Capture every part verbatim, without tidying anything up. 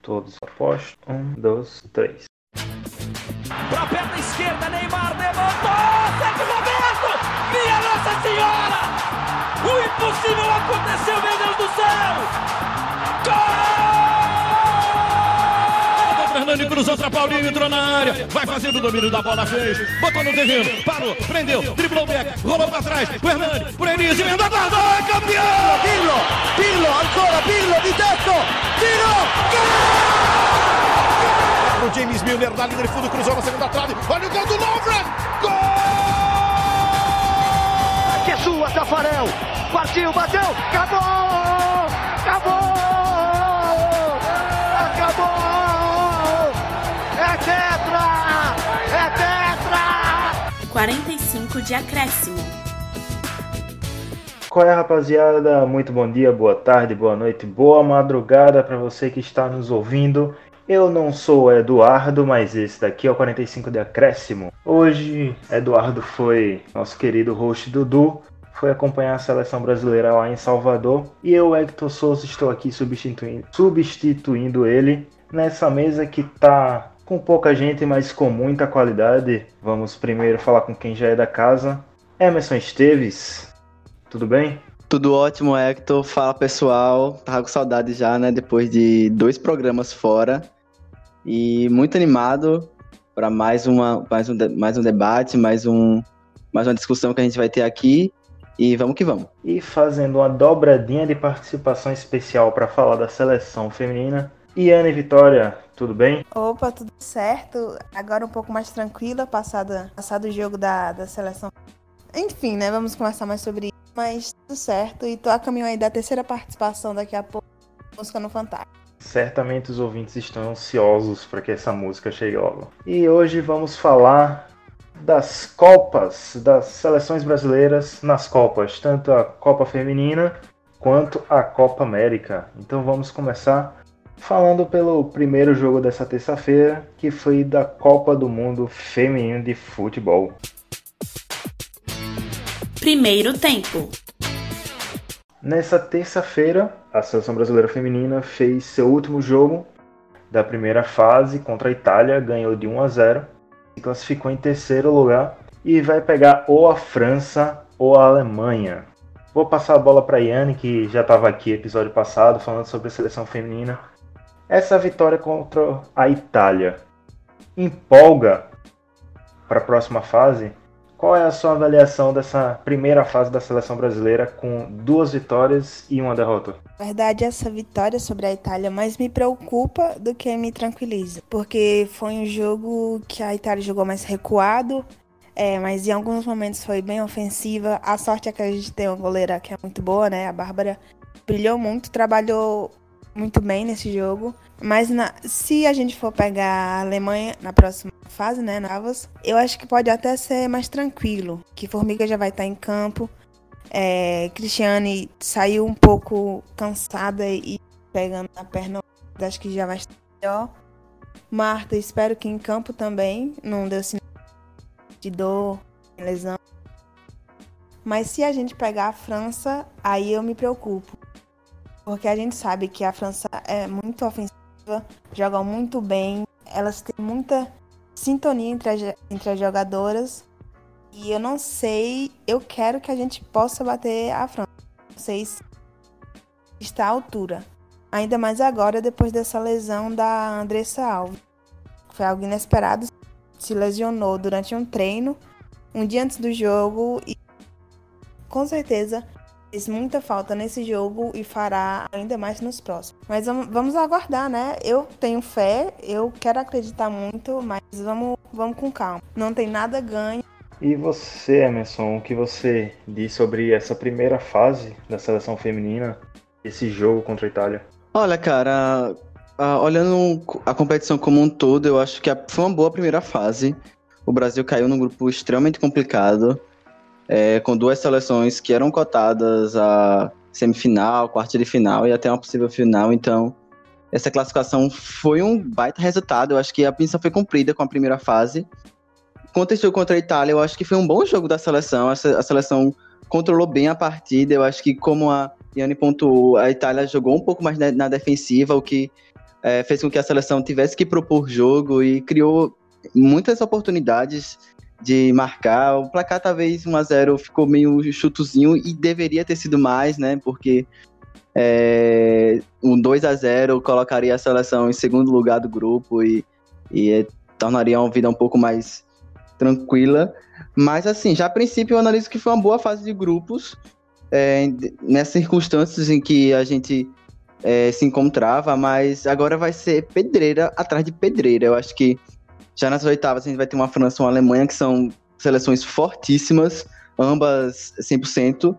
Todos apostos. Um, dois, três. Pra perna esquerda, Neymar levantou! Sérgio Roberto! Minha Nossa Senhora! O impossível aconteceu, meu Deus do céu! Gol! Fernando cruzou pra Paulinho, entrou na área, vai fazendo o domínio da bola, fez, botou no terreno, parou, prendeu, driblou o back, rolou pra trás, o Hernani, por Enis, emendou, guardou, é campeão! Pirlo, Pirlo, ancora Pirlo, di tetto, tiro, gol! O James Milner na linha de fundo, cruzou na segunda trave, olha o gol do Lovren, gol! Aqui é sua, Tafarel, partiu, bateu, acabou, acabou, acabou! É tetra! É tetra! quarenta e cinco de acréscimo. Qual é, rapaziada? Muito bom dia, boa tarde, boa noite, boa madrugada para você que está nos ouvindo. Eu não sou o Eduardo, mas esse daqui é o quarenta e cinco de acréscimo. Hoje, Eduardo foi nosso querido host Dudu, foi acompanhar a seleção brasileira lá em Salvador. E eu, Hector Souza, estou aqui substituindo, substituindo ele nessa mesa que tá com pouca gente, mas com muita qualidade. Vamos primeiro falar com quem já é da casa. Emerson Esteves, tudo bem? Tudo ótimo, Hector. Fala, pessoal. Tava com saudade já, né? Depois de dois programas fora. E muito animado para mais, uma, mais, um, mais um debate, mais, um, mais uma discussão que a gente vai ter aqui. E vamos que vamos. E fazendo uma dobradinha de participação especial para falar da seleção feminina, Iane Vitória, tudo bem? Opa, tudo certo. Agora um pouco mais tranquila, passado, passado o jogo da, da seleção. Enfim, né, vamos conversar mais sobre isso, mas tudo certo. E tô a caminho aí da terceira participação daqui a pouco, música no Fantástico. Certamente os ouvintes estão ansiosos para que essa música chegue logo. E hoje vamos falar das Copas, das seleções brasileiras nas Copas, tanto a Copa Feminina quanto a Copa América. Então vamos começar falando pelo primeiro jogo dessa terça-feira, que foi da Copa do Mundo Feminino de Futebol. Primeiro tempo. Nessa terça-feira, a seleção brasileira feminina fez seu último jogo da primeira fase contra a Itália, ganhou de um a zero, se classificou em terceiro lugar e vai pegar ou a França ou a Alemanha. Vou passar a bola para a Iane, que já estava aqui no episódio passado falando sobre a seleção feminina. Essa vitória contra a Itália empolga para a próxima fase? Qual é a sua avaliação dessa primeira fase da seleção brasileira com duas vitórias e uma derrota? Na verdade, essa vitória sobre a Itália mais me preocupa do que me tranquiliza, porque foi um jogo que a Itália jogou mais recuado, é, mas em alguns momentos foi bem ofensiva. A sorte é que a gente tem uma goleira que é muito boa, né? A Bárbara brilhou muito, trabalhou muito bem nesse jogo, mas na, se a gente for pegar a Alemanha na próxima fase, né, Navas, eu acho que pode até ser mais tranquilo, que Formiga já vai estar em campo, é, Cristiane saiu um pouco cansada e pegando na perna, acho que já vai estar melhor. Marta, espero que em campo também, não deu sinal de dor, lesão. Mas se a gente pegar a França, aí eu me preocupo. Porque a gente sabe que a França é muito ofensiva, joga muito bem, elas têm muita sintonia entre as, entre as jogadoras. E eu não sei, eu quero que a gente possa bater a França. Não sei se está à altura. Ainda mais agora, depois dessa lesão da Andressa Alves. Foi algo inesperado, se lesionou durante um treino, um dia antes do jogo, e com certeza fez muita falta nesse jogo e fará ainda mais nos próximos. Mas vamos, vamos aguardar, né? Eu tenho fé, eu quero acreditar muito, mas vamos, vamos com calma. Não tem nada ganho. E você, Emerson, o que você diz sobre essa primeira fase da seleção feminina, esse jogo contra a Itália? Olha, cara, uh, olhando a competição como um todo, eu acho que foi uma boa primeira fase. O Brasil caiu num grupo extremamente complicado, É, com duas seleções que eram cotadas a semifinal, quarta de final e até uma possível final. Então, essa classificação foi um baita resultado. Eu acho que a missão foi cumprida com a primeira fase. Contra esse jogo contra a Itália, eu acho que foi um bom jogo da seleção. A seleção controlou bem a partida. Eu acho que, como a Iane pontuou, a Itália jogou um pouco mais na defensiva, o que é, fez com que a seleção tivesse que propor jogo e criou muitas oportunidades de marcar. O placar talvez um a zero ficou meio chutozinho e deveria ter sido mais, né? Porque é, um dois a zero colocaria a seleção em segundo lugar do grupo e, e é, tornaria a vida um pouco mais tranquila. Mas assim, já a princípio eu analiso que foi uma boa fase de grupos, é, nessas circunstâncias em que a gente é, se encontrava, mas agora vai ser pedreira atrás de pedreira. Eu acho que já nas oitavas a gente vai ter uma França e uma Alemanha, que são seleções fortíssimas, ambas cem por cento.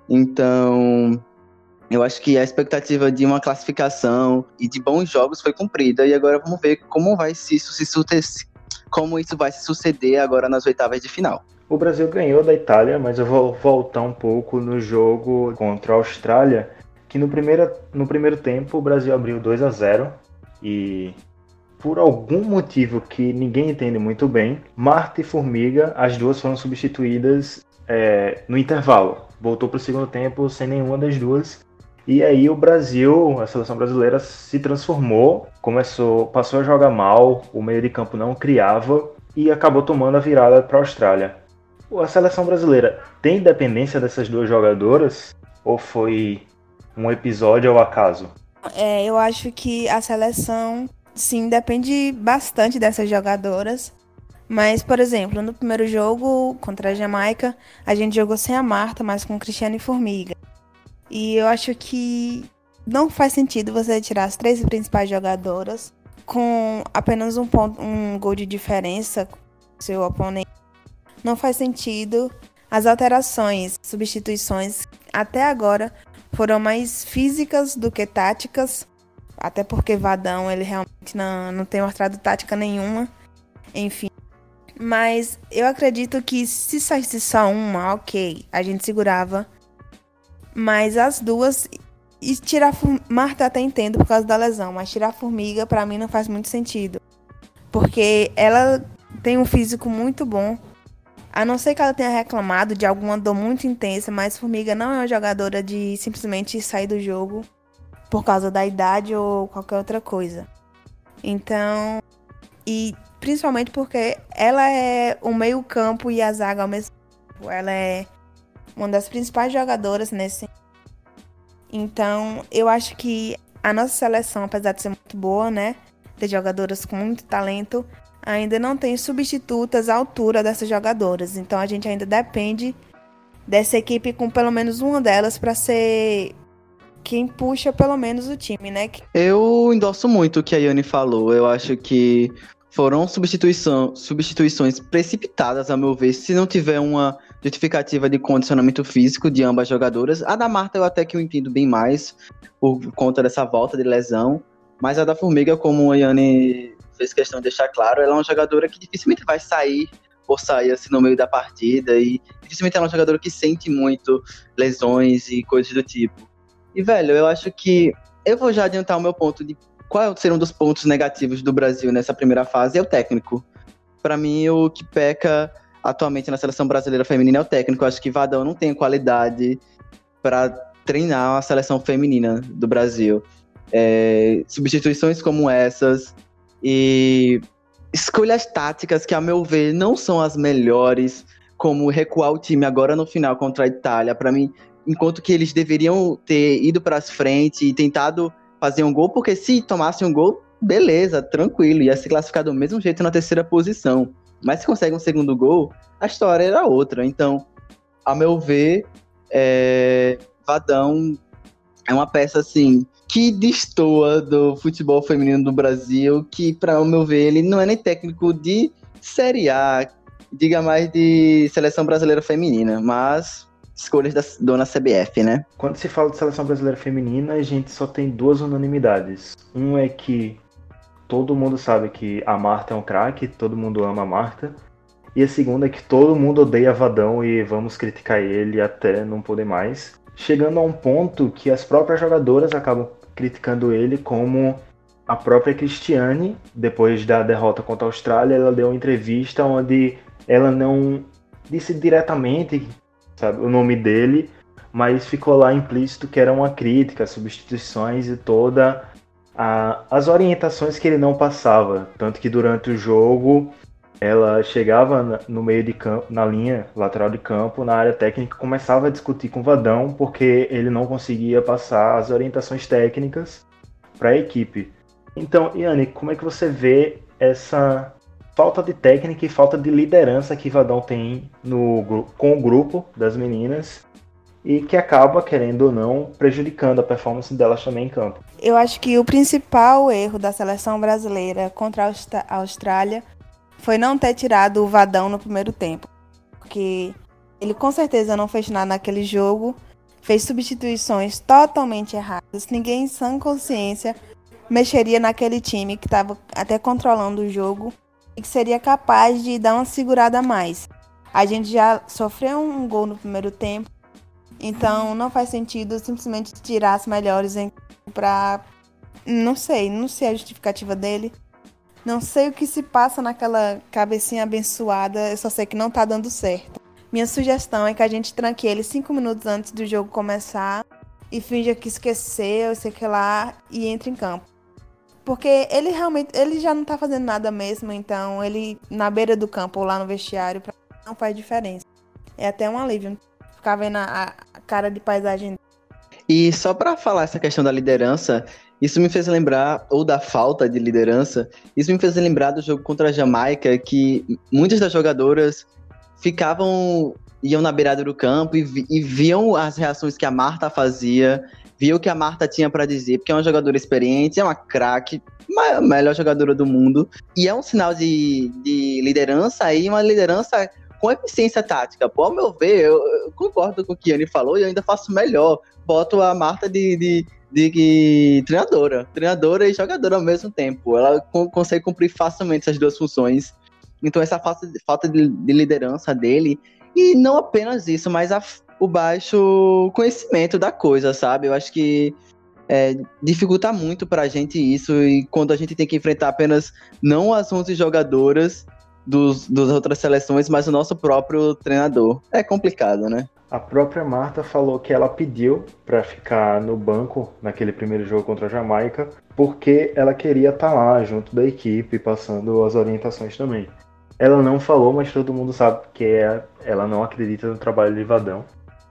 Então, eu acho que a expectativa de uma classificação e de bons jogos foi cumprida. E agora vamos ver como, vai se, isso, se, como isso vai se suceder agora nas oitavas de final. O Brasil ganhou da Itália, mas eu vou voltar um pouco no jogo contra a Austrália, que no primeiro, no primeiro tempo o Brasil abriu dois a zero e... por algum motivo que ninguém entende muito bem, Marta e Formiga, as duas foram substituídas é, no intervalo. Voltou para o segundo tempo sem nenhuma das duas. E aí o Brasil, a seleção brasileira, se transformou, começou, passou a jogar mal, o meio de campo não criava e acabou tomando a virada para a Austrália. A seleção brasileira tem dependência dessas duas jogadoras ou foi um episódio ao acaso? É, eu acho que a seleção... sim, depende bastante dessas jogadoras. Mas, por exemplo, no primeiro jogo contra a Jamaica, a gente jogou sem a Marta, mas com Cristiane Formiga. E eu acho que não faz sentido você tirar as três principais jogadoras com apenas um, ponto, um gol de diferença com seu oponente. Não faz sentido. As alterações, substituições, até agora, foram mais físicas do que táticas. Até porque Vadão, ele realmente não, não tem mostrado tática nenhuma. Enfim. Mas eu acredito que se saísse só uma, ok, a gente segurava. Mas as duas... E tirar... Marta até entendo por causa da lesão, mas tirar a Formiga, pra mim, não faz muito sentido. Porque ela tem um físico muito bom. A não ser que ela tenha reclamado de alguma dor muito intensa, mas Formiga não é uma jogadora de simplesmente sair do jogo por causa da idade ou qualquer outra coisa. Então, e principalmente porque ela é o meio campo e a zaga ao mesmo tempo. Ela é uma das principais jogadoras nesse. Então, eu acho que a nossa seleção, apesar de ser muito boa, né, ter jogadoras com muito talento, ainda não tem substitutas à altura dessas jogadoras. Então, a gente ainda depende dessa equipe com pelo menos uma delas para ser quem puxa pelo menos o time, né? Eu endosso muito o que a Yane falou. Eu acho que foram substituição, substituições precipitadas, a meu ver, se não tiver uma justificativa de condicionamento físico de ambas jogadoras. A da Marta eu até que eu entendo bem mais, por conta dessa volta de lesão. Mas a da Formiga, como a Yane fez questão de deixar claro, ela é uma jogadora que dificilmente vai sair por sair assim no meio da partida. E dificilmente ela é uma jogadora que sente muito lesões e coisas do tipo. E, velho, eu acho que... Eu vou já adiantar o meu ponto de qual será um dos pontos negativos do Brasil nessa primeira fase, é o técnico. Pra mim, o que peca atualmente na seleção brasileira feminina é o técnico. Eu acho que Vadão não tem qualidade pra treinar a seleção feminina do Brasil. É, substituições como essas e escolhas táticas que, a meu ver, não são as melhores, como recuar o time agora no final contra a Itália. Pra mim, enquanto que eles deveriam ter ido para frente e tentado fazer um gol, porque se tomassem um gol, beleza, tranquilo, ia se classificar do mesmo jeito na terceira posição. Mas se consegue um segundo gol, a história era outra. Então, a meu ver, é... Vadão é uma peça assim que destoa do futebol feminino do Brasil, que, para o meu ver, ele não é nem técnico de Série A, diga mais de seleção brasileira feminina, mas escolhas da dona C B F, né? Quando se fala de seleção brasileira feminina, a gente só tem duas unanimidades. Um é que todo mundo sabe que a Marta é um craque, todo mundo ama a Marta. E a segunda é que todo mundo odeia Vadão e vamos criticar ele até não poder mais. Chegando a um ponto que as próprias jogadoras acabam criticando ele, como a própria Cristiane, depois da derrota contra a Austrália, ela deu uma entrevista onde ela não disse diretamente, sabe, o nome dele, mas ficou lá implícito que era uma crítica, substituições e toda a, as orientações que ele não passava. Tanto que durante o jogo ela chegava na, no meio de campo, na linha lateral de campo, na área técnica, começava a discutir com o Vadão porque ele não conseguia passar as orientações técnicas para a equipe. Então, Iane, como é que você vê essa falta de técnica e falta de liderança que Vadão tem no, com o grupo das meninas e que acaba, querendo ou não, prejudicando a performance delas também em campo? Eu acho que o principal erro da seleção brasileira contra a Austrália foi não ter tirado o Vadão no primeiro tempo, porque ele com certeza não fez nada naquele jogo, fez substituições totalmente erradas, ninguém em sã consciência mexeria naquele time que estava até controlando o jogo e que seria capaz de dar uma segurada a mais. A gente já sofreu um gol no primeiro tempo, então não faz sentido simplesmente tirar as melhores para... Não sei, não sei a justificativa dele. Não sei o que se passa naquela cabecinha abençoada, eu só sei que não tá dando certo. Minha sugestão é que a gente tranque ele cinco minutos antes do jogo começar e finja que esqueceu, sei que lá, e entre em campo. Porque ele realmente, ele já não tá fazendo nada mesmo, então ele na beira do campo ou lá no vestiário pra mim, não faz diferença. É até um alívio ficar vendo a, a cara de paisagem. E só pra falar essa questão da liderança, isso me fez lembrar, ou da falta de liderança, isso me fez lembrar do jogo contra a Jamaica, que muitas das jogadoras ficavam, iam na beirada do campo e, vi, e viam as reações que a Marta fazia, viam o que a Marta tinha pra dizer, porque é uma jogadora experiente, é uma craque, a melhor jogadora do mundo, e é um sinal de, de liderança e uma liderança com eficiência tática. Pô, ao meu ver, eu, eu concordo com o que a Iane falou e eu ainda faço melhor, boto a Marta de... de de que treinadora, treinadora e jogadora ao mesmo tempo. Ela co- consegue cumprir facilmente essas duas funções. Então essa falta de, falta de, de liderança dele, e não apenas isso, mas a, o baixo conhecimento da coisa, sabe? Eu acho que é, dificulta muito pra gente isso, e quando a gente tem que enfrentar apenas não as onze jogadoras dos, das outras seleções, mas o nosso próprio treinador. É complicado, né? A própria Marta falou que ela pediu para ficar no banco naquele primeiro jogo contra a Jamaica porque ela queria estar lá junto da equipe, passando as orientações também. Ela não falou, mas todo mundo sabe que é, ela não acredita no trabalho de Vadão.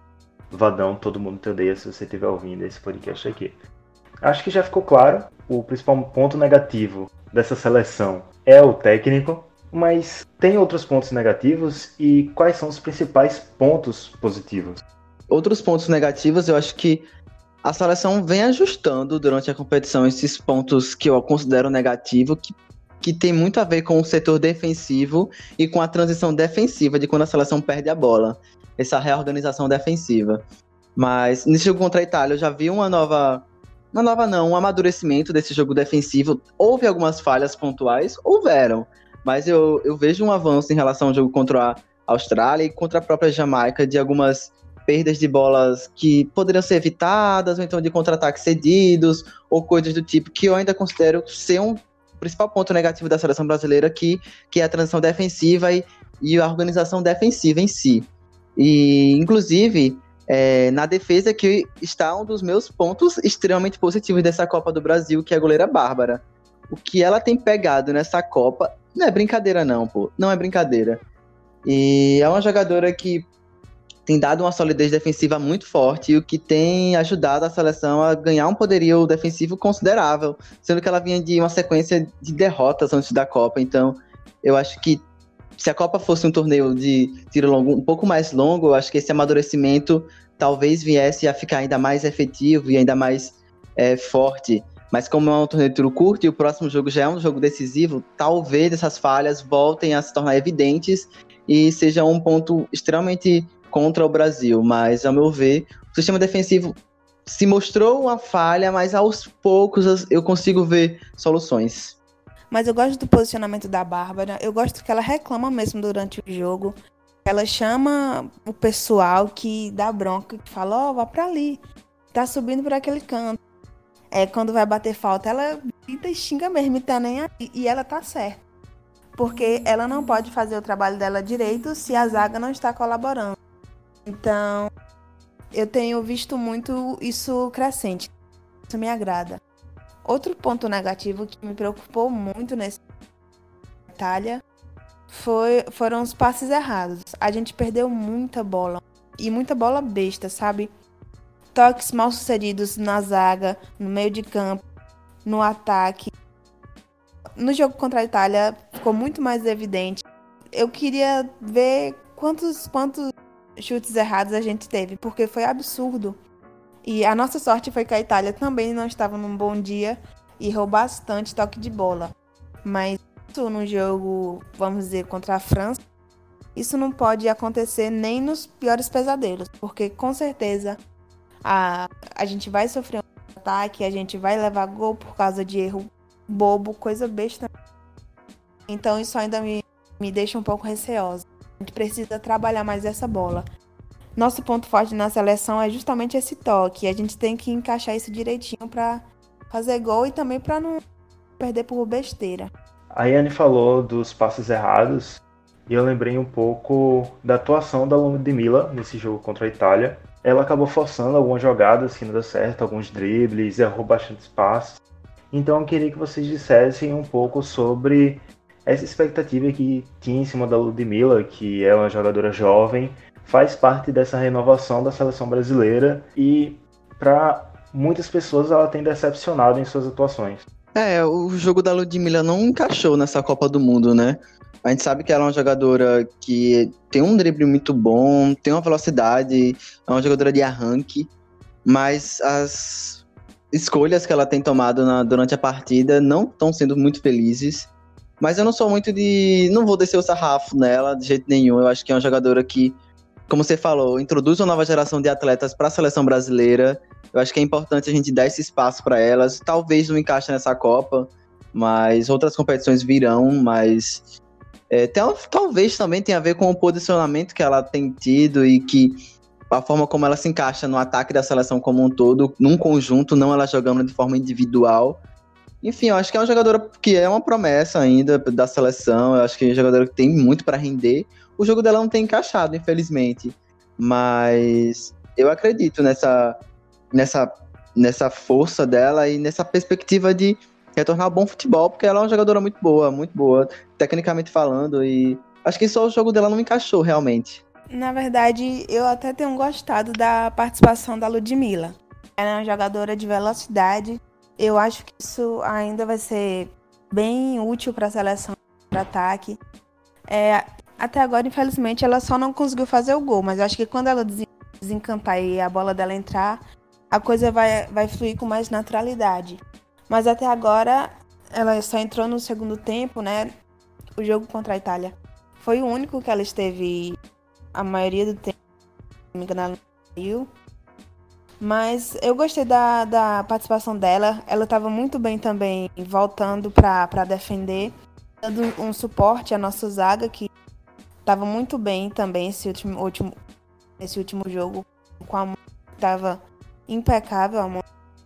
Vadão, todo mundo te odeia se você estiver ouvindo esse podcast aqui. Acho que já ficou claro, o principal ponto negativo dessa seleção é o técnico. Mas tem outros pontos negativos, e quais são os principais pontos positivos? Outros pontos negativos, eu acho que a seleção vem ajustando durante a competição esses pontos que eu considero negativo, que, que tem muito a ver com o setor defensivo e com a transição defensiva de quando a seleção perde a bola, essa reorganização defensiva. Mas nesse jogo contra a Itália eu já vi uma nova... Uma nova não, um amadurecimento desse jogo defensivo. Houve algumas falhas pontuais? Houveram. Mas eu, eu vejo um avanço em relação ao jogo contra a Austrália e contra a própria Jamaica, de algumas perdas de bolas que poderiam ser evitadas, ou então de contra-ataques cedidos, ou coisas do tipo, que eu ainda considero ser um principal ponto negativo da seleção brasileira, que, que é a transição defensiva e, e a organização defensiva em si. E, inclusive, é, na defesa que está um dos meus pontos extremamente positivos dessa Copa do Brasil, que é a goleira Bárbara. O que ela tem pegado nessa Copa não é brincadeira não, pô. Não é brincadeira. E é uma jogadora que tem dado uma solidez defensiva muito forte, e o que tem ajudado a seleção a ganhar um poderio defensivo considerável, sendo que ela vinha de uma sequência de derrotas antes da Copa. Então, eu acho que se a Copa fosse um torneio de tiro longo um pouco mais longo, eu acho que esse amadurecimento talvez viesse a ficar ainda mais efetivo e ainda mais é, forte. Mas como é um torneio de tiro curto e o próximo jogo já é um jogo decisivo, talvez essas falhas voltem a se tornar evidentes e seja um ponto extremamente contra o Brasil. Mas, ao meu ver, o sistema defensivo se mostrou uma falha, mas aos poucos eu consigo ver soluções. Mas eu gosto do posicionamento da Bárbara, eu gosto que ela reclama mesmo durante o jogo. Ela chama o pessoal que dá bronca, que fala, ó, oh, vá pra ali, tá subindo por aquele canto. É, quando vai bater falta, ela grita e xinga mesmo, e tá nem aí. E ela tá certa. Porque ela não pode fazer o trabalho dela direito se a zaga não está colaborando. Então, eu tenho visto muito isso crescente. Isso me agrada. Outro ponto negativo que me preocupou muito nesse Itália foi, foram os passes errados. A gente perdeu muita bola. E muita bola besta, sabe? Toques mal sucedidos na zaga, no meio de campo, no ataque. No jogo contra a Itália ficou muito mais evidente. Eu queria ver quantos, quantos chutes errados a gente teve, porque foi absurdo. E a nossa sorte foi que a Itália também não estava num bom dia e errou bastante toque de bola. Mas isso no jogo, vamos dizer, contra a França, isso não pode acontecer nem nos piores pesadelos, porque com certeza a, a gente vai sofrer um ataque, a gente vai levar gol por causa de erro bobo, coisa besta. Então isso ainda me, me deixa um pouco receosa. A gente precisa trabalhar mais essa bola. Nosso ponto forte na seleção é justamente esse toque. A gente tem que encaixar isso direitinho para fazer gol e também para não perder por besteira. A Yane falou dos passes errados e eu lembrei um pouco da atuação da Ludmilla nesse jogo contra a Itália. Ela acabou forçando algumas jogadas que não deu certo, alguns dribles, errou bastante passes. Então eu queria que vocês dissessem um pouco sobre essa expectativa que tinha em cima da Ludmilla, que é uma jogadora jovem, faz parte dessa renovação da seleção brasileira e para muitas pessoas ela tem decepcionado em suas atuações. É, o jogo da Ludmilla não encaixou nessa Copa do Mundo, né? A gente sabe que ela é uma jogadora que tem um drible muito bom, tem uma velocidade, é uma jogadora de arranque, mas as escolhas que ela tem tomado na, durante a partida não estão sendo muito felizes. Mas eu não sou muito de... não vou descer o sarrafo nela de jeito nenhum. Eu acho que é uma jogadora que, como você falou, introduz uma nova geração de atletas para a seleção brasileira. Eu acho que é importante a gente dar esse espaço para elas. Talvez não encaixe nessa Copa, mas outras competições virão. Mas é, tem, talvez também tenha a ver com o posicionamento que ela tem tido e que a forma como ela se encaixa no ataque da seleção como um todo, num conjunto, não ela jogando de forma individual. Enfim, eu acho que é uma jogadora que é uma promessa ainda da seleção. Eu acho que é uma jogadora que tem muito para render. O jogo dela não tem encaixado, infelizmente. Mas eu acredito nessa, nessa, nessa força dela e nessa perspectiva de retornar ao bom futebol, porque ela é uma jogadora muito boa, muito boa, tecnicamente falando. E acho que só o jogo dela não encaixou realmente. Na verdade, eu até tenho gostado da participação da Ludmilla. Ela é uma jogadora de velocidade. Eu acho que isso ainda vai ser bem útil para a seleção de ataque. É, até agora, infelizmente, ela só não conseguiu fazer o gol. Mas eu acho que quando ela desencantar e a bola dela entrar, a coisa vai, vai fluir com mais naturalidade. Mas até agora, ela só entrou no segundo tempo, né? O jogo contra a Itália foi o único que ela esteve a maioria do tempo. Se não me engano, ela não saiu. Mas eu gostei da, da participação dela. Ela estava muito bem também, voltando para defender, dando um suporte à nossa zaga, que estava muito bem também esse último, último, esse último jogo, com a mão que estava impecável. A mão.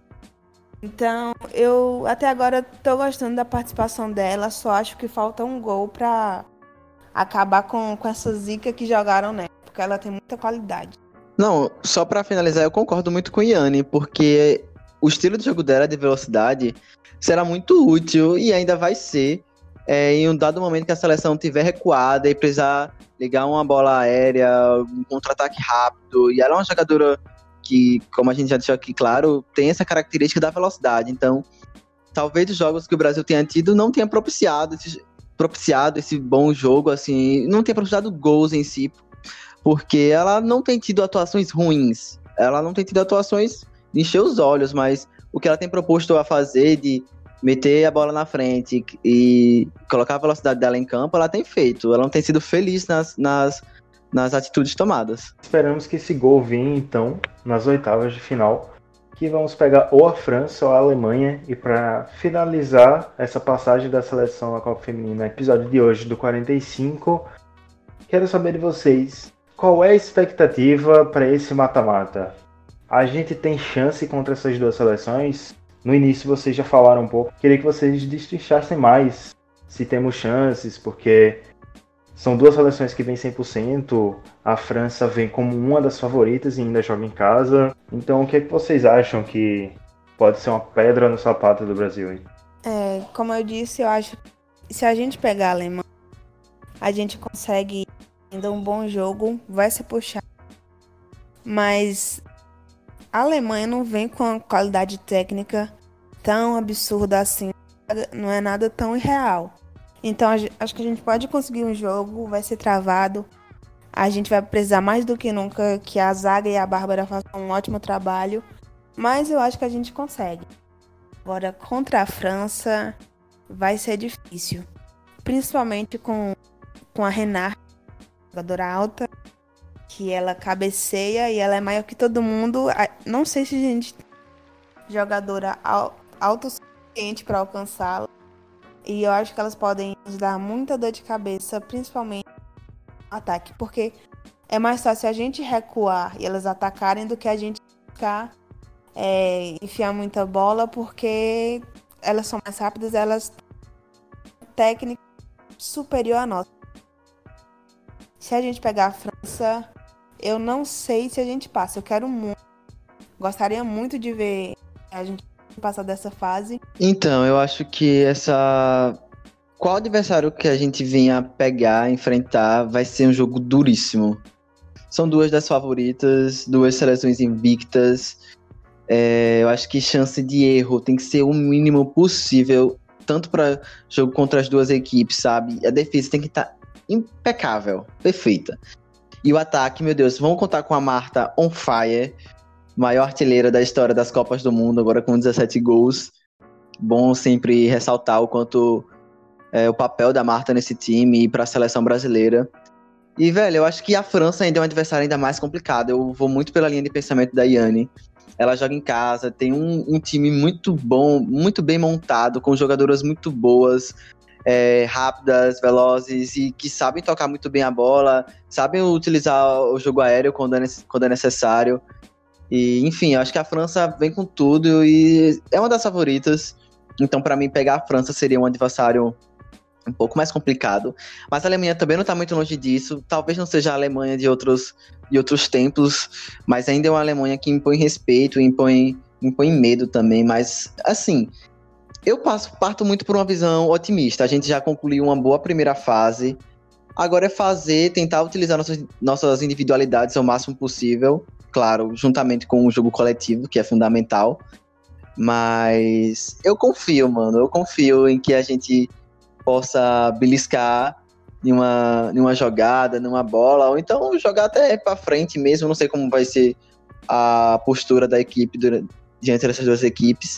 Então, eu até agora estou gostando da participação dela, só acho que falta um gol para acabar com, com essa zica que jogaram nela, porque ela tem muita qualidade. Não, só pra finalizar, eu concordo muito com a Yane, porque o estilo de jogo dela de velocidade será muito útil e ainda vai ser é, em um dado momento que a seleção estiver recuada e precisar ligar uma bola aérea, um contra-ataque rápido. E ela é uma jogadora que, como a gente já deixou aqui claro, tem essa característica da velocidade. Então, talvez os jogos que o Brasil tenha tido não tenha propiciado esse, propiciado esse bom jogo, assim, não tenha propiciado gols em si, porque ela não tem tido atuações ruins, ela não tem tido atuações de encher os olhos, mas o que ela tem proposto a fazer de meter a bola na frente e colocar a velocidade dela em campo, ela tem feito. Ela não tem sido feliz nas, nas, nas atitudes tomadas. Esperamos que esse gol venha, então, nas oitavas de final, que vamos pegar ou a França ou a Alemanha. E para finalizar essa passagem da seleção à Copa Feminina, episódio de hoje do quarenta e cinco, quero saber de vocês, qual é a expectativa para esse mata-mata? A gente tem chance contra essas duas seleções? No início vocês já falaram um pouco. Queria que vocês destrinchassem mais se temos chances, porque são duas seleções que vêm cem por cento. A França vem como uma das favoritas e ainda joga em casa. Então o que é que vocês acham que pode ser uma pedra no sapato do Brasil, hein? É, como eu disse, eu acho que se a gente pegar a Alemanha, a gente consegue ainda um bom jogo, vai se puxar. Mas a Alemanha não vem com uma qualidade técnica tão absurda assim, não é nada tão irreal. Então acho que a gente pode conseguir um jogo, vai ser travado. A gente vai precisar mais do que nunca que a zaga e a Bárbara façam um ótimo trabalho. Mas eu acho que a gente consegue. Agora, contra a França, vai ser difícil. Principalmente com, com a Renard, jogadora alta, que ela cabeceia e ela é maior que todo mundo. Não sei se a gente jogadora alto o suficiente para alcançá-la. E eu acho que elas podem nos dar muita dor de cabeça, principalmente no ataque. Porque é mais fácil a gente recuar e elas atacarem do que a gente ficar... É, enfiar muita bola, porque elas são mais rápidas, elas têm técnica superior à nossa. Se a gente pegar a França, eu não sei se a gente passa. Eu quero muito, gostaria muito de ver a gente passar dessa fase. Então, eu acho que essa... Qual adversário que a gente venha pegar, enfrentar, vai ser um jogo duríssimo. São duas das favoritas, duas seleções invictas. É, eu acho que chance de erro tem que ser o mínimo possível, tanto para jogo contra as duas equipes, sabe? A defesa tem que estar tá impecável, perfeita. E o ataque, meu Deus, vamos contar com a Marta on fire, maior artilheira da história das Copas do Mundo, agora com dezessete gols. Bom sempre ressaltar o quanto é, o papel da Marta nesse time e para a seleção brasileira. E, velho, eu acho que a França ainda é um adversário ainda mais complicado. Eu vou muito pela linha de pensamento da Yane. Ela joga em casa, tem um, um time muito bom, muito bem montado, com jogadoras muito boas, é, rápidas, velozes e que sabem tocar muito bem a bola, sabem utilizar o jogo aéreo quando é, quando é necessário. E, enfim, eu acho que a França vem com tudo e é uma das favoritas. Então, para mim, pegar a França seria um adversário um pouco mais complicado. Mas a Alemanha também não está muito longe disso. Talvez não seja a Alemanha de outros, de outros tempos, mas ainda é uma Alemanha que impõe respeito, impõe, impõe medo também. Mas, assim, eu passo, parto muito por uma visão otimista. A gente já concluiu uma boa primeira fase. Agora é fazer, tentar utilizar nossas, nossas individualidades ao máximo possível. Claro, juntamente com o jogo coletivo, que é fundamental. Mas eu confio, mano. Eu confio em que a gente possa beliscar em uma, em uma jogada, numa bola, ou então jogar até pra frente mesmo. Não sei como vai ser a postura da equipe durante, diante dessas duas equipes,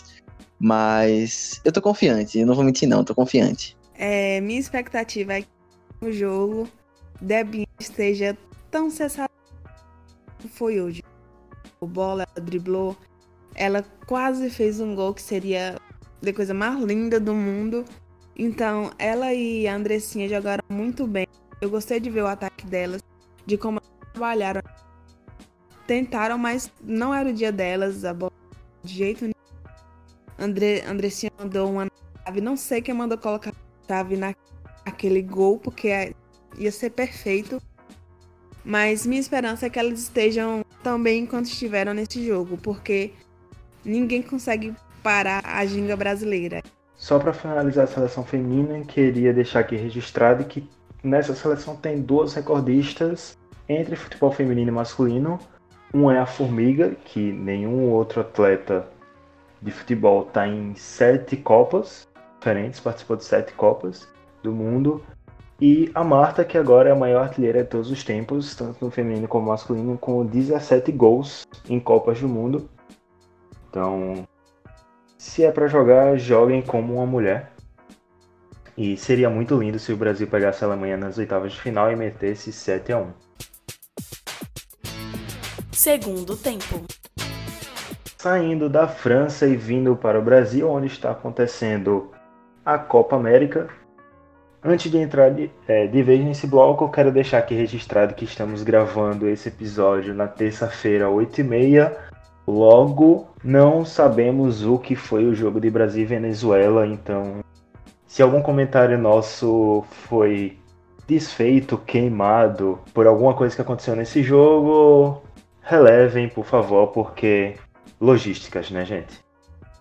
mas eu tô confiante, eu não vou mentir não, tô confiante. É, minha expectativa é que o jogo Debinha esteja tão sensacional como foi hoje. O bola, ela driblou, ela quase fez um gol que seria a coisa mais linda do mundo. Então, ela e a Andressinha jogaram muito bem. Eu gostei de ver o ataque delas, de como elas trabalharam. Tentaram, mas não era o dia delas, a bola de jeito nenhum. André, Andressinha mandou uma chave. Não sei quem mandou colocar a chave naquele gol, porque ia ser perfeito. Mas minha esperança é que elas estejam tão bem enquanto estiveram nesse jogo, porque ninguém consegue parar a ginga brasileira. Só para finalizar a seleção feminina, queria deixar aqui registrado que nessa seleção tem duas recordistas entre futebol feminino e masculino. Um é a Formiga, que nenhum outro atleta de futebol está em sete Copas diferentes, participou de sete Copas do mundo. E a Marta, que agora é a maior artilheira de todos os tempos, tanto no feminino como no masculino, com dezessete gols em Copas do Mundo. Então, se é para jogar, joguem como uma mulher. E seria muito lindo se o Brasil pegasse a Alemanha nas oitavas de final e metesse sete a um. Segundo tempo. Saindo da França e vindo para o Brasil, onde está acontecendo a Copa América. Antes de entrar de, é, de vez nesse bloco, eu quero deixar aqui registrado que estamos gravando esse episódio na terça-feira, oito e meia. Logo, não sabemos o que foi o jogo de Brasil e Venezuela, então se algum comentário nosso foi desfeito, queimado por alguma coisa que aconteceu nesse jogo, relevem, por favor, porque logísticas, né, gente?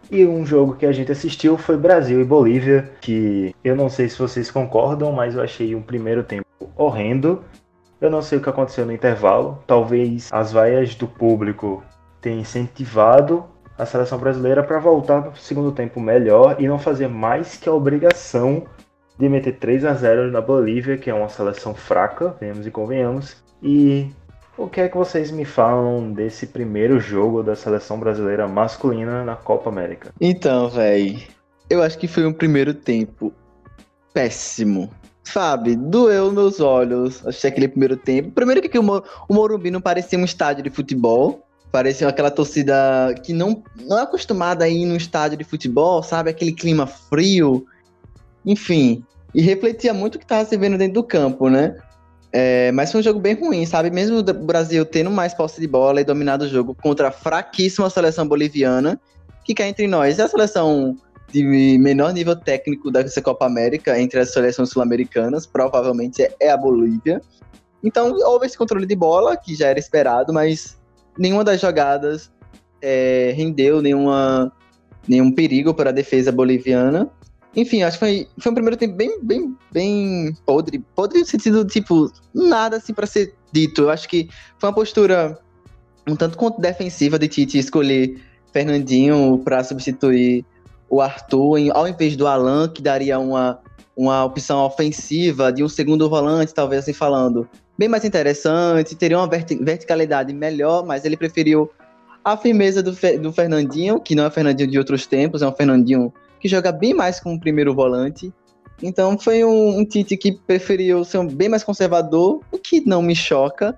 E um jogo que a gente assistiu foi Brasil e Bolívia, que eu não sei se vocês concordam, mas eu achei um primeiro tempo horrendo. Eu não sei o que aconteceu no intervalo. Talvez as vaias do público tenham incentivado a seleção brasileira para voltar no segundo tempo melhor e não fazer mais que a obrigação de meter três a zero na Bolívia, que é uma seleção fraca, venhamos e convenhamos. E o que é que vocês me falam desse primeiro jogo da seleção brasileira masculina na Copa América? Então, velho, eu acho que foi um primeiro tempo péssimo. Sabe, doeu nos olhos, achei aquele primeiro tempo. Primeiro que o, Mor- o Morumbi não parecia um estádio de futebol. Parecia aquela torcida que não, não é acostumada a ir num estádio de futebol, sabe? Aquele clima frio. Enfim, e refletia muito o que estava se vendo dentro do campo, né? É, mas foi um jogo bem ruim, sabe? Mesmo o Brasil tendo mais posse de bola e dominado o jogo contra a fraquíssima seleção boliviana, que cá entre nós é a seleção de menor nível técnico dessa Copa América, entre as seleções sul-americanas, provavelmente é a Bolívia. Então houve esse controle de bola, que já era esperado, mas nenhuma das jogadas é, rendeu nenhuma, nenhum perigo para a defesa boliviana. Enfim, acho que foi, foi um primeiro tempo bem, bem, bem podre. Podre no sentido, tipo, nada assim para ser dito. Eu acho que foi uma postura um tanto quanto defensiva de Tite escolher Fernandinho para substituir o Arthur, em, ao invés do Alan, que daria uma, uma opção ofensiva de um segundo volante, talvez assim falando, bem mais interessante, teria uma verti- verticalidade melhor, mas ele preferiu a firmeza do, Fe- do Fernandinho, que não é o Fernandinho de outros tempos, é um Fernandinho que joga bem mais como primeiro volante. Então foi um, um Tite que preferiu ser um bem mais conservador, o que não me choca,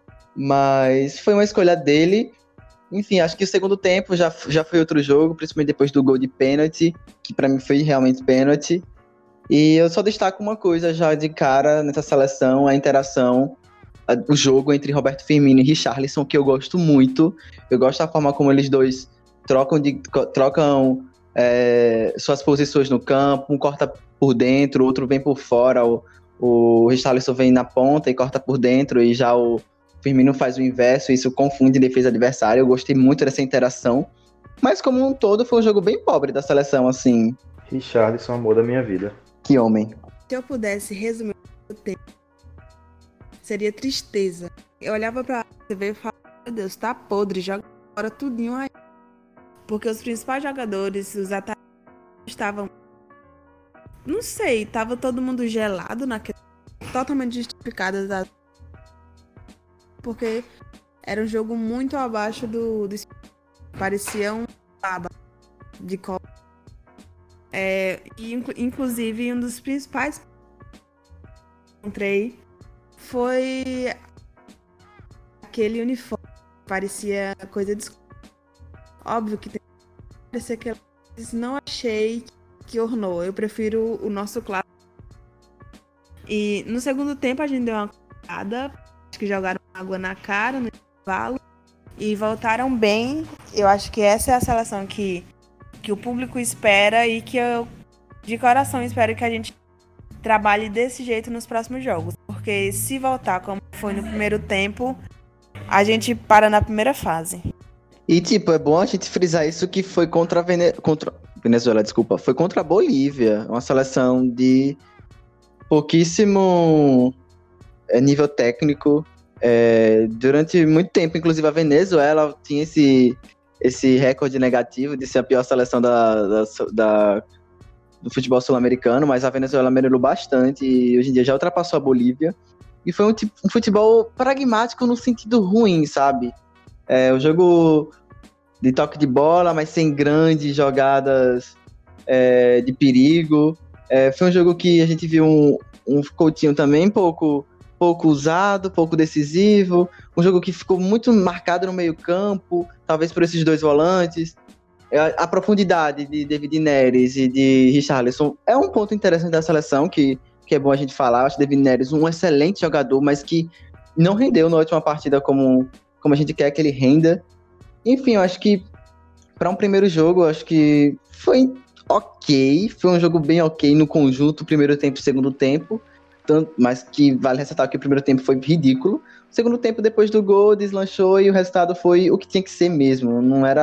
mas foi uma escolha dele. Enfim, acho que o segundo tempo já, já foi outro jogo, principalmente depois do gol de pênalti, que pra mim foi realmente pênalti. E eu só destaco uma coisa já de cara nessa seleção, a interação, a, o jogo entre Roberto Firmino e Richarlison, que eu gosto muito. Eu gosto da forma como eles dois trocam, de, trocam é, suas posições no campo, um corta por dentro, o outro vem por fora, o, o Richarlison vem na ponta e corta por dentro, e já o Firmino faz o inverso, e isso confunde a defesa adversária. Eu gostei muito dessa interação, mas como um todo foi um jogo bem pobre da seleção, assim. Richarlison, amor da minha vida. Que homem. Se eu pudesse resumir o tempo, seria tristeza. Eu olhava pra T V e falava, meu Deus, tá podre, joga fora tudinho aí. Porque os principais jogadores, os atacantes, estavam, não sei, tava todo mundo gelado naquele, totalmente justificadas as... porque era um jogo muito abaixo do, do... parecia um baba de Copa. É, e, inclusive, um dos principais que encontrei foi aquele uniforme, parecia coisa de... Óbvio que tem que parecer que eles não achei que ornou. Eu prefiro o nosso clássico. E no segundo tempo a gente deu uma cortada, acho que jogaram água na cara no intervalo e voltaram bem. Eu acho que essa é a seleção que, que o público espera e que eu, de coração, espero que a gente trabalhe desse jeito nos próximos jogos. Porque se voltar como foi no primeiro tempo, a gente para na primeira fase. E, tipo, é bom a gente frisar isso que foi contra a Vene... contra... Venezuela, desculpa. Foi contra a Bolívia, uma seleção de pouquíssimo nível técnico. É, durante muito tempo, inclusive, a Venezuela tinha esse, esse recorde negativo de ser a pior seleção da, da, da, do futebol sul-americano, mas a Venezuela melhorou bastante e hoje em dia já ultrapassou a Bolívia. E foi um, tipo, um futebol pragmático no sentido ruim, sabe? É, o jogo de toque de bola, mas sem grandes jogadas é, de perigo. É, foi um jogo que a gente viu um, um Coutinho também pouco, pouco usado, pouco decisivo. Um jogo que ficou muito marcado no meio campo, talvez por esses dois volantes. A, a profundidade de David Neres e de Richarlison é um ponto interessante da seleção, que, que é bom a gente falar. Eu acho David Neres um excelente jogador, mas que não rendeu na última partida como... como a gente quer que ele renda. Enfim, eu acho que para um primeiro jogo, eu acho que foi ok, foi um jogo bem ok no conjunto, primeiro tempo e segundo tempo, tanto, mas que vale ressaltar que o primeiro tempo foi ridículo. O segundo tempo, depois do gol, deslanchou e o resultado foi o que tinha que ser mesmo. Não era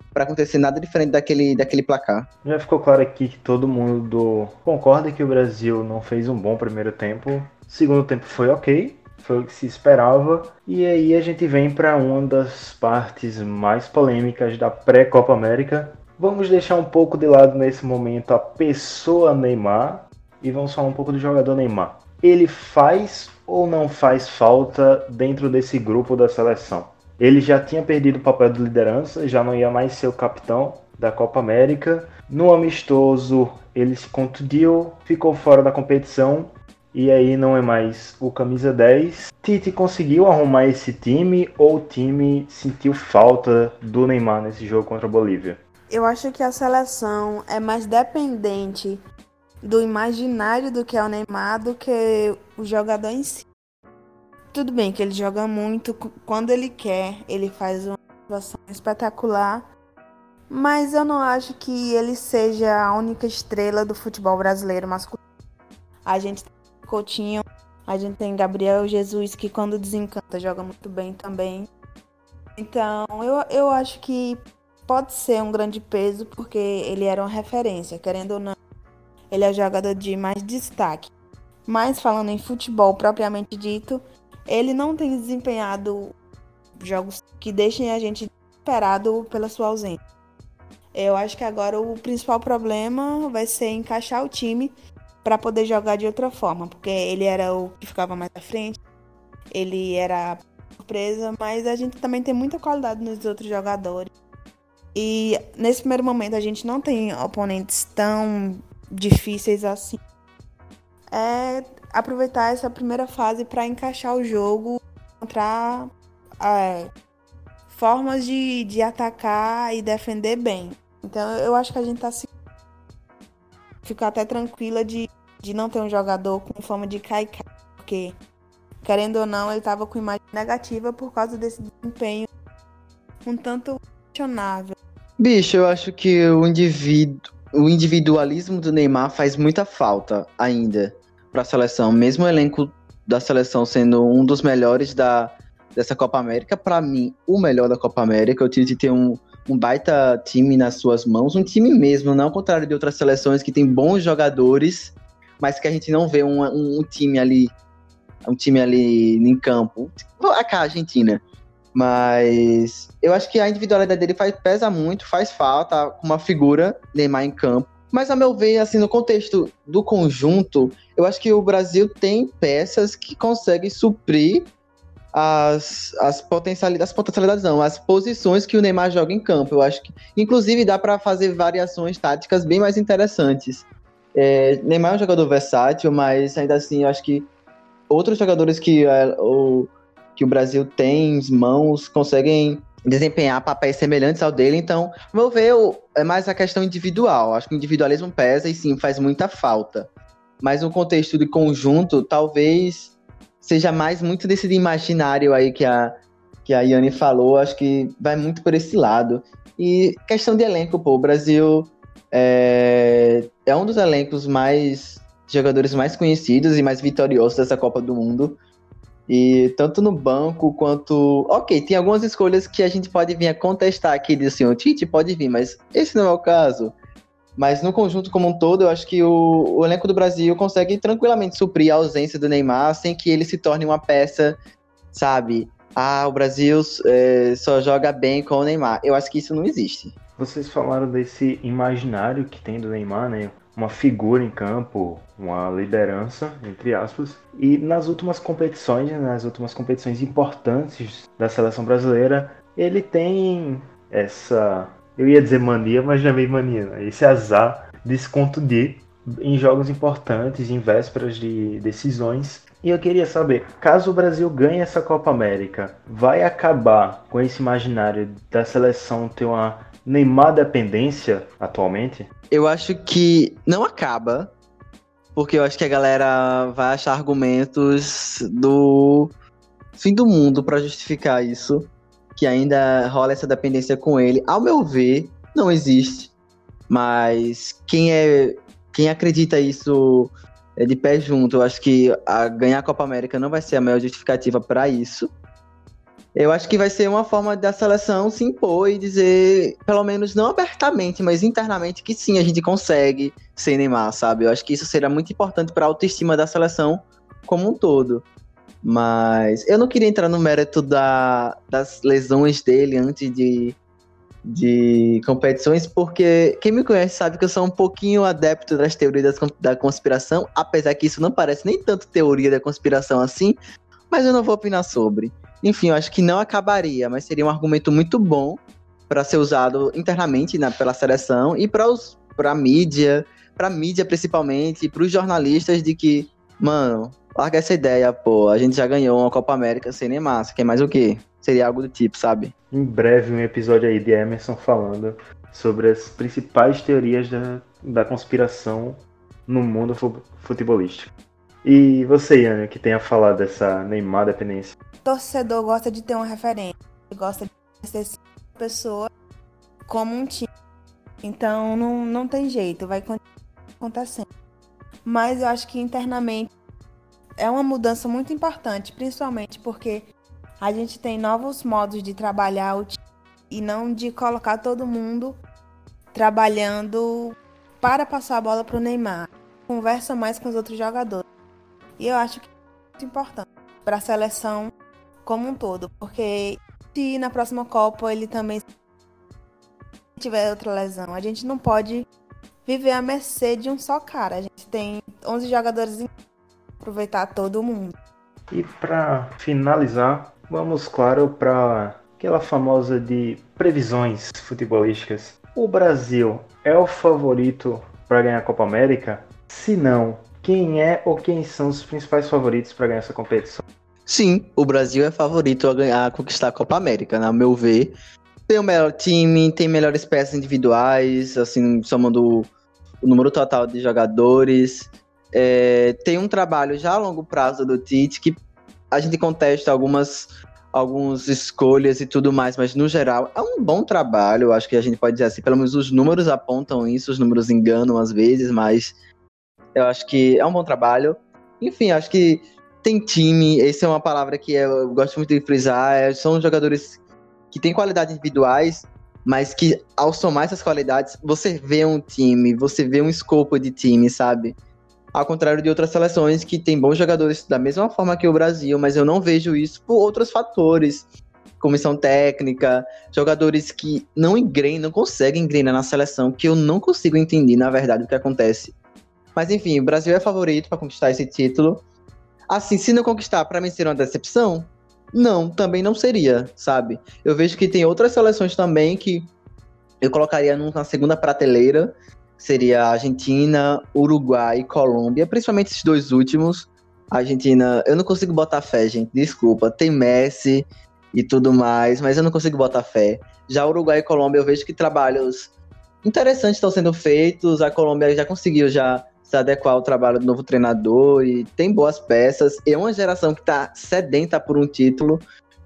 para acontecer nada diferente daquele, daquele placar. Já ficou claro aqui que todo mundo concorda que o Brasil não fez um bom primeiro tempo. Segundo tempo foi ok, foi o que se esperava. E aí a gente vem para uma das partes mais polêmicas da pré-Copa América. Vamos deixar um pouco de lado nesse momento a pessoa Neymar e vamos falar um pouco do jogador Neymar. Ele faz ou não faz falta dentro desse grupo da seleção? Ele já tinha perdido o papel de liderança, já não ia mais ser o capitão da Copa América. No amistoso, ele se contundiu, ficou fora da competição e aí não é mais o camisa dez. Tite conseguiu arrumar esse time ou o time sentiu falta do Neymar nesse jogo contra a Bolívia? Eu acho que a seleção é mais dependente do imaginário do que é o Neymar do que o jogador em si. Tudo bem que ele joga muito, quando ele quer, ele faz uma atuação espetacular, mas eu não acho que ele seja a única estrela do futebol brasileiro masculino. A gente tem Coutinho, a gente tem Gabriel Jesus, que quando desencanta joga muito bem também. Então, eu, eu acho que pode ser um grande peso, porque ele era uma referência, querendo ou não. Ele é o jogador de mais destaque. Mas falando em futebol propriamente dito, ele não tem desempenhado jogos que deixem a gente desesperado pela sua ausência. Eu acho que agora o principal problema vai ser encaixar o time para poder jogar de outra forma, porque ele era o que ficava mais à frente, ele era surpresa, mas a gente também tem muita qualidade nos outros jogadores. E nesse primeiro momento a gente não tem oponentes tão difíceis assim. É aproveitar essa primeira fase para encaixar o jogo, encontrar é, formas de, de atacar e defender bem. Então eu acho que a gente tá se ficar até tranquila de, de não ter um jogador com fama de cai-cai, porque querendo ou não ele estava com imagem negativa por causa desse desempenho um tanto questionável. Bicho, eu acho que o indivíduo, o individualismo do Neymar faz muita falta ainda para a seleção, mesmo o elenco da seleção sendo um dos melhores da, dessa Copa América, para mim, o melhor da Copa América. O Tite tem um, um baita time nas suas mãos, um time mesmo, não ao contrário de outras seleções que tem bons jogadores, mas que a gente não vê um, um, um time ali, um time ali em campo, tipo a Argentina. Mas eu acho que a individualidade dele faz, pesa muito, faz falta uma figura Neymar em campo. Mas, a meu ver, assim, no contexto do conjunto, eu acho que o Brasil tem peças que conseguem suprir as, as, potencialidades, as potencialidades, não, as posições que o Neymar joga em campo. Eu acho que, inclusive, dá para fazer variações táticas bem mais interessantes. É, Neymar é um jogador versátil, mas, ainda assim, eu acho que outros jogadores que, é, o, que o Brasil tem em mãos conseguem desempenhar papéis semelhantes ao dele. Então, ao meu ver, é mais a questão individual. Acho que o individualismo pesa e sim, faz muita falta. Mas no contexto de conjunto, talvez seja mais muito desse imaginário aí que a, que a Yane falou. Acho que vai muito por esse lado. E questão de elenco, pô, o Brasil é, é um dos elencos mais, jogadores mais conhecidos e mais vitoriosos dessa Copa do Mundo. E tanto no banco quanto... Ok, tem algumas escolhas que a gente pode vir a contestar aqui, de assim, o Tite pode vir, mas esse não é o caso. Mas no conjunto como um todo, eu acho que o, o elenco do Brasil consegue tranquilamente suprir a ausência do Neymar sem que ele se torne uma peça, sabe? Ah, o Brasil é, só joga bem com o Neymar. Eu acho que isso não existe. Vocês falaram desse imaginário que tem do Neymar, né? Uma figura em campo, uma liderança, entre aspas. E nas últimas competições, nas últimas competições importantes da seleção brasileira, ele tem essa, eu ia dizer mania, mas não é meio mania, né? Esse azar de se contundir em jogos importantes, em vésperas de decisões. E eu queria saber, caso o Brasil ganhe essa Copa América, vai acabar com esse imaginário da seleção ter uma Neymar dependência atualmente? Eu acho que não acaba, porque eu acho que a galera vai achar argumentos do fim do mundo para justificar isso, que ainda rola essa dependência com ele. Ao meu ver, não existe, mas quem, é, quem acredita isso é de pé junto, eu acho que a ganhar a Copa América não vai ser a maior justificativa para isso. Eu acho que vai ser uma forma da seleção se impor e dizer, pelo menos não abertamente, mas internamente, que sim, a gente consegue sem Neymar, sabe? Eu acho que isso será muito importante para a autoestima da seleção como um todo. Mas eu não queria entrar no mérito da, das lesões dele antes de, de competições, porque quem me conhece sabe que eu sou um pouquinho adepto das teorias das, da conspiração, apesar que isso não parece nem tanto teoria da conspiração assim, mas eu não vou opinar sobre. Enfim, eu acho que não acabaria, mas seria um argumento muito bom para ser usado internamente, né, pela seleção e para a mídia, para a mídia principalmente, e para os jornalistas de que, mano, larga essa ideia, pô, a gente já ganhou uma Copa América sem Neymar, você quer mais o quê? Seria algo do tipo, sabe? Em breve um episódio aí de Emerson falando sobre as principais teorias da, da conspiração no mundo futebolístico. E você, Iana, que tenha falado dessa Neymar dependência? O torcedor gosta de ter uma referência, gosta de ser uma pessoa como um time. Então não, não tem jeito, vai continuar acontecendo. Mas eu acho que internamente é uma mudança muito importante, principalmente porque a gente tem novos modos de trabalhar o time e não de colocar todo mundo trabalhando para passar a bola para o Neymar. Conversa mais com os outros jogadores. E eu acho que é muito importante para a seleção como um todo, porque se na próxima Copa ele também tiver outra lesão, a gente não pode viver à mercê de um só cara. A gente tem onze jogadores em aproveitar todo mundo. E para finalizar, vamos, claro, para aquela famosa de previsões futebolísticas. O Brasil é o favorito para ganhar a Copa América? Se não, quem é ou quem são os principais favoritos para ganhar essa competição? Sim, o Brasil é favorito a, ganhar, a conquistar a Copa América, né? Ao meu ver. Tem o melhor time, tem melhores peças individuais, assim, somando o número total de jogadores. É, tem um trabalho já a longo prazo do Tite, que a gente contesta algumas, algumas escolhas e tudo mais, mas no geral é um bom trabalho. Eu acho que a gente pode dizer assim, pelo menos os números apontam isso, os números enganam às vezes, mas eu acho que é um bom trabalho. Enfim, acho que tem time, essa é uma palavra que eu gosto muito de frisar, é, são jogadores que têm qualidades individuais, mas que ao somar essas qualidades, você vê um time, você vê um escopo de time, sabe? Ao contrário de outras seleções que têm bons jogadores da mesma forma que o Brasil, mas eu não vejo isso por outros fatores. Comissão técnica, jogadores que não engrenam, não conseguem engrenar na seleção, que eu não consigo entender, na verdade, o que acontece. Mas enfim, o Brasil é favorito para conquistar esse título. Assim, se não conquistar, para mim seria uma decepção? Não, também não seria, sabe? Eu vejo que tem outras seleções também que eu colocaria na segunda prateleira, seria Argentina, Uruguai e Colômbia, principalmente esses dois últimos. A Argentina, eu não consigo botar fé, gente, desculpa, tem Messi e tudo mais, mas eu não consigo botar fé. Já Uruguai e Colômbia, eu vejo que trabalhos interessantes estão sendo feitos, a Colômbia já conseguiu já se adequar ao trabalho do novo treinador e tem boas peças, é uma geração que está sedenta por um título,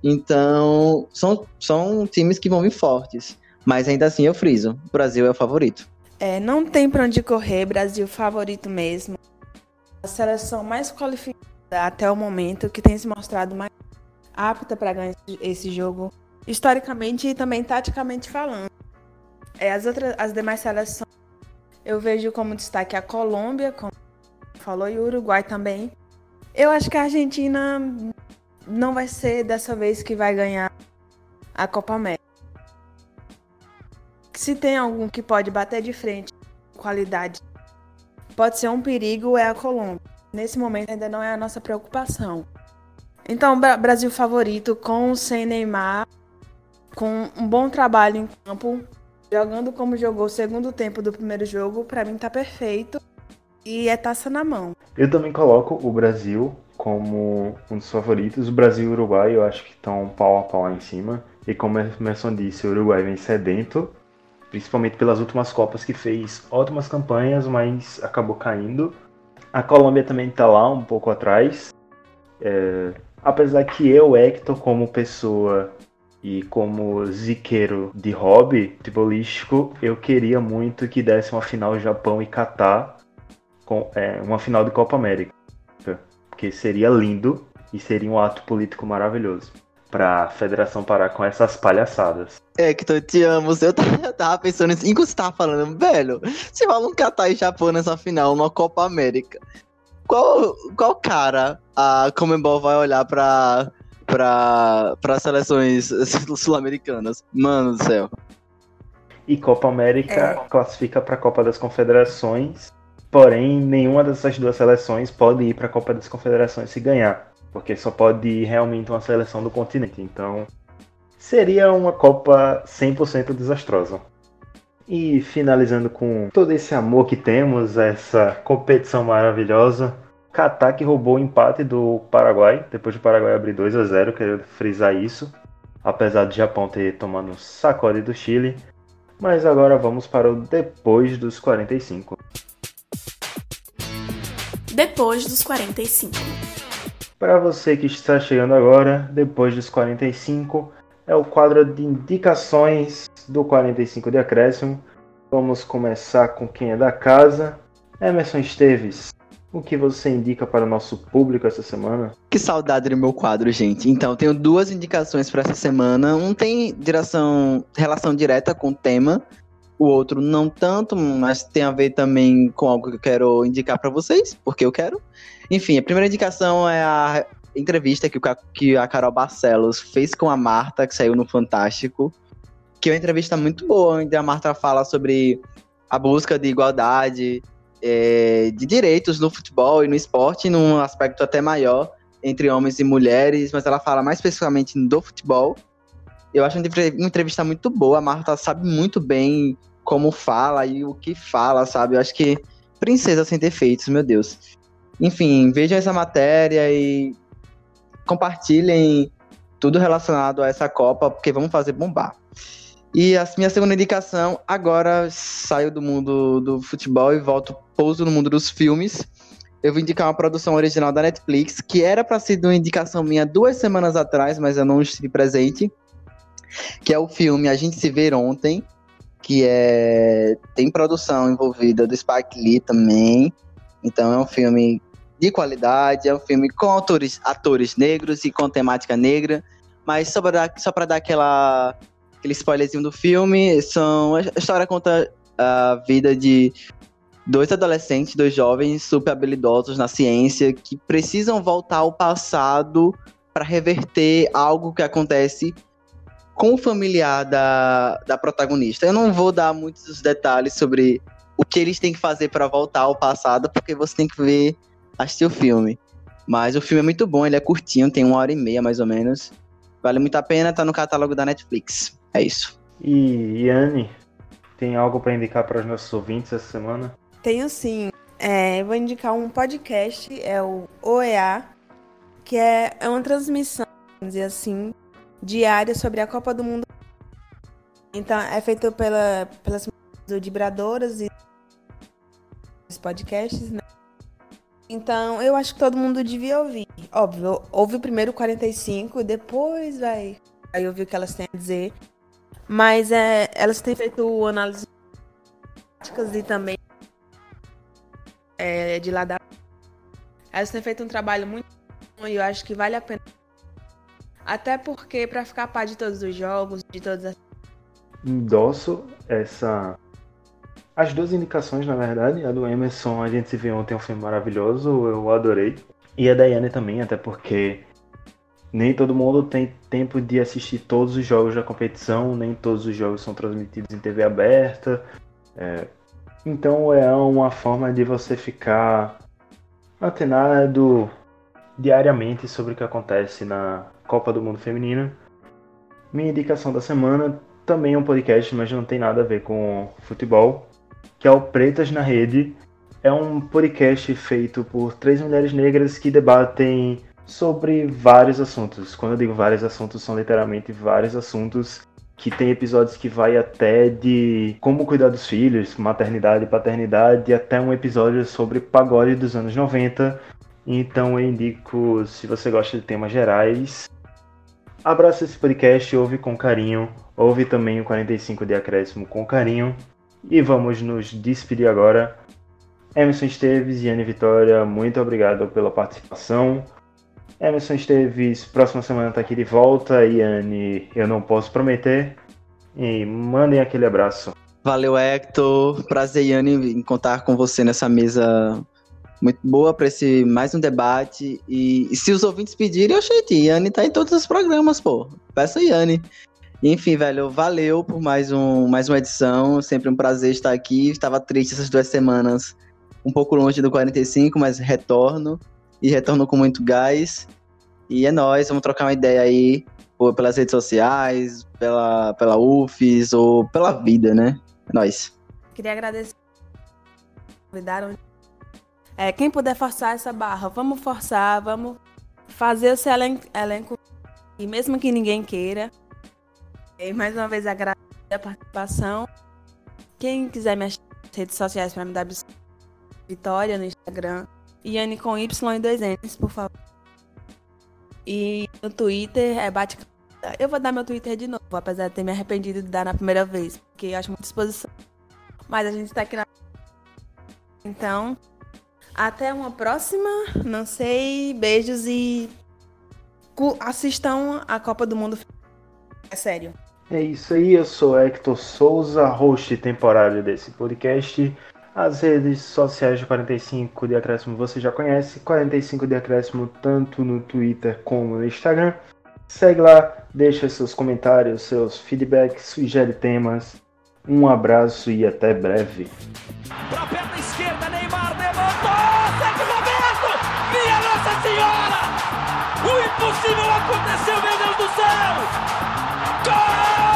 então são, são times que vão vir fortes, mas ainda assim eu friso, o Brasil é o favorito. É, não tem pra onde correr, Brasil favorito mesmo. A seleção mais qualificada até o momento, que tem se mostrado mais apta para ganhar esse jogo, historicamente e também taticamente falando. É, as, outras, as demais seleções, eu vejo como destaque a Colômbia, como falou, e o Uruguai também. Eu acho que a Argentina não vai ser dessa vez que vai ganhar a Copa América. Se tem algum que pode bater de frente com qualidade, pode ser um perigo, é a Colômbia. Nesse momento ainda não é a nossa preocupação. Então, Brasil favorito, com ou sem Neymar, com um bom trabalho em campo, jogando como jogou o segundo tempo do primeiro jogo, pra mim tá perfeito. E é taça na mão. Eu também coloco o Brasil como um dos favoritos. O Brasil e o Uruguai eu acho que estão pau a pau lá em cima. E como o Emerson disse, o Uruguai vem sedento, principalmente pelas últimas Copas, que fez ótimas campanhas, mas acabou caindo. A Colômbia também está lá um pouco atrás. É, apesar que eu, Hector, como pessoa e como ziqueiro de hobby futebolístico, eu queria muito que desse uma final Japão e Catar, com, é, uma final de Copa América. Porque seria lindo e seria um ato político maravilhoso. pra federação parar com essas palhaçadas. É, que eu te amo. Eu tava, eu tava pensando nisso. Enquanto você tava falando, velho, se rola um Catar e Japão nessa final, numa Copa América, qual, qual cara a Conmebol vai olhar pra, pra, pra seleções sul-americanas? Mano do céu. E Copa América É. classifica pra Copa das Confederações, porém nenhuma dessas duas seleções pode ir pra Copa das Confederações se ganhar. Porque só pode ir realmente uma seleção do continente. Então, seria uma Copa cem por cento desastrosa. E finalizando com todo esse amor que temos, essa competição maravilhosa, Catar que roubou o empate do Paraguai, depois do Paraguai abrir dois a zero, quero frisar isso. Apesar do Japão ter tomado um sacode do Chile. Mas agora vamos para o depois dos quarenta e cinco. Depois dos quarenta e cinco. Para você que está chegando agora, depois dos quarenta e cinco, é o quadro de indicações do quarenta e cinco de acréscimo. Vamos começar com quem é da casa. Emerson Esteves, o que você indica para o nosso público essa semana? Que saudade do meu quadro, gente. Então, tenho duas indicações para essa semana. Um tem direção, relação direta com o tema. O outro não tanto, mas tem a ver também com algo que eu quero indicar para vocês, porque eu quero. Enfim, a primeira indicação é a entrevista que, o, que a Carol Barcelos fez com a Marta, que saiu no Fantástico, que é uma entrevista muito boa, onde a Marta fala sobre a busca de igualdade, é, de direitos no futebol e no esporte, num aspecto até maior, entre homens e mulheres, mas ela fala mais especificamente do futebol. Eu acho uma entrevista muito boa, a Marta sabe muito bem como fala e o que fala, sabe? Eu acho que princesa sem defeitos, meu Deus. Enfim, vejam essa matéria e compartilhem tudo relacionado a essa Copa, porque vamos fazer bombar. E a minha segunda indicação, agora saio do mundo do futebol e volto, pouso no mundo dos filmes. Eu vou indicar uma produção original da Netflix, que era para ser uma indicação minha duas semanas atrás, mas eu não estive presente, que é o filme A Gente Se Ver Ontem, que é... tem produção envolvida do Spike Lee também. Então é um filme de qualidade, é um filme com autores, atores negros e com temática negra, mas só para dar, só para dar aquela, aquele spoilerzinho do filme, são, a história conta a vida de dois adolescentes, dois jovens super habilidosos na ciência que precisam voltar ao passado para reverter algo que acontece com o familiar da, da protagonista. Eu não vou dar muitos detalhes sobre o que eles têm que fazer para voltar ao passado, porque você tem que ver, assistir o filme. Mas o filme é muito bom, ele é curtinho, tem uma hora e meia mais ou menos. Vale muito a pena, tá no catálogo da Netflix. É isso. E Yane, tem algo para indicar para os nossos ouvintes essa semana? Tenho sim. É, vou indicar um podcast, é o O E A, que é, é uma transmissão, vamos dizer assim, diária sobre a Copa do Mundo. Então, é feito pela, pelas vibradoras e os podcasts, né? Então, eu acho que todo mundo devia ouvir. Óbvio, ouve primeiro o quarenta e cinco, depois vai, vai ouvir o que elas têm a dizer. Mas é, elas têm feito análises práticas e também é, de lá da... Elas têm feito um trabalho muito bom e eu acho que vale a pena. Até porque, para ficar a par de todos os jogos, de todas as... Endosso essa... As duas indicações, na verdade. A do Emerson, A Gente Se Vê Ontem, é um filme maravilhoso, eu adorei. E a da Yane também, até porque nem todo mundo tem tempo de assistir todos os jogos da competição, nem todos os jogos são transmitidos em T V aberta. É... Então é uma forma de você ficar antenado diariamente sobre o que acontece na Copa do Mundo Feminina. Minha indicação da semana também é um podcast, mas não tem nada a ver com futebol, que é o Pretas na Rede. É um podcast feito por três mulheres negras que debatem sobre vários assuntos. Quando eu digo vários assuntos, são literalmente vários assuntos, que tem episódios que vai até de como cuidar dos filhos, maternidade e paternidade, até um episódio sobre pagode dos anos noventa. Então eu indico, se você gosta de temas gerais, abraça esse podcast, ouve com carinho, ouve também o quarenta e cinco de acréscimo com carinho. E vamos nos despedir agora. Emerson Esteves e Yane Vitória, muito obrigado pela participação. Emerson Esteves, próxima semana tá aqui de volta. Iane, eu não posso prometer. E mandem aquele abraço. Valeu, Hector. Prazer, Iane, em contar com você nessa mesa muito boa para esse mais um debate. E, e se os ouvintes pedirem, eu gente, Iane tá em todos os programas, pô. Peça a Iane. E, enfim, velho, valeu por mais, um, mais uma edição. Sempre um prazer estar aqui. Estava triste essas duas semanas, um pouco longe do quarenta e cinco, mas retorno. E retorno com muito gás. E é nóis, vamos trocar uma ideia aí ou pelas redes sociais, pela, pela U F E S ou pela vida, né? É nóis. Queria agradecer. Convidaram. É, quem puder forçar essa barra, vamos forçar, vamos fazer esse elenco, elenco e mesmo que ninguém queira. E mais uma vez agradecer a participação. Quem quiser me achar nas redes sociais para me dar Vitória no Instagram. Iane com Y e dois N's, por favor. E no Twitter é bate. Eu vou dar meu Twitter de novo, apesar de ter me arrependido de dar na primeira vez, porque eu acho muita disposição. Mas a gente tá aqui na. Então, até uma próxima. Não sei. Beijos e assistam a Copa do Mundo. É sério. É isso aí, eu sou Hector Souza, host temporário desse podcast. As redes sociais de quarenta e cinco de Acréscimo você já conhece, quarenta e cinco de Acréscimo tanto no Twitter como no Instagram. Segue lá, deixa seus comentários, seus feedbacks, sugere temas. Um abraço e até breve. Pra perna esquerda, Neymar levantou, Sérgio Roberto! Minha Nossa Senhora! O impossível aconteceu, meu Deus do céu! Gol!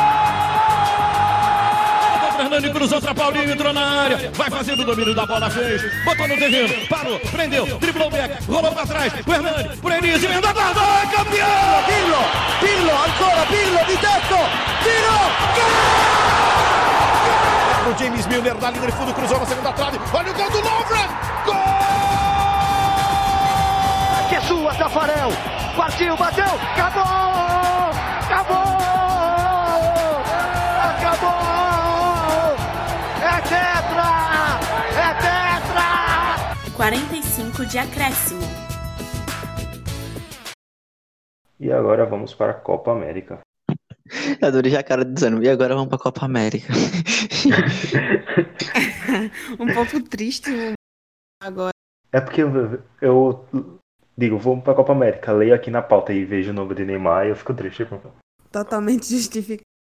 Fernando cruzou pra Paulinho, entrou na área, vai fazendo o domínio da bola, fez, botou no terreno, parou, prendeu, driblou o back, rolou pra trás, o Hernani, por Enis, emendou, guardou, é campeão! Pirlo, Pirlo, ancora Pirlo di tetto, tiro, gol! O James Milner na linha de fundo, cruzou na segunda trave, olha o gol do Lovren, gol! Que é sua, Tafarel, partiu, bateu, acabou, acabou, acabou! É tetra! É tetra! quarenta e cinco de acréscimo. E agora vamos para a Copa América. Adorei já a cara dizendo, e agora vamos pra Copa América. Um pouco triste agora. É porque eu, eu digo, vamos para a Copa América, leio aqui na pauta e vejo o nome de Neymar e eu fico triste. Totalmente justificado.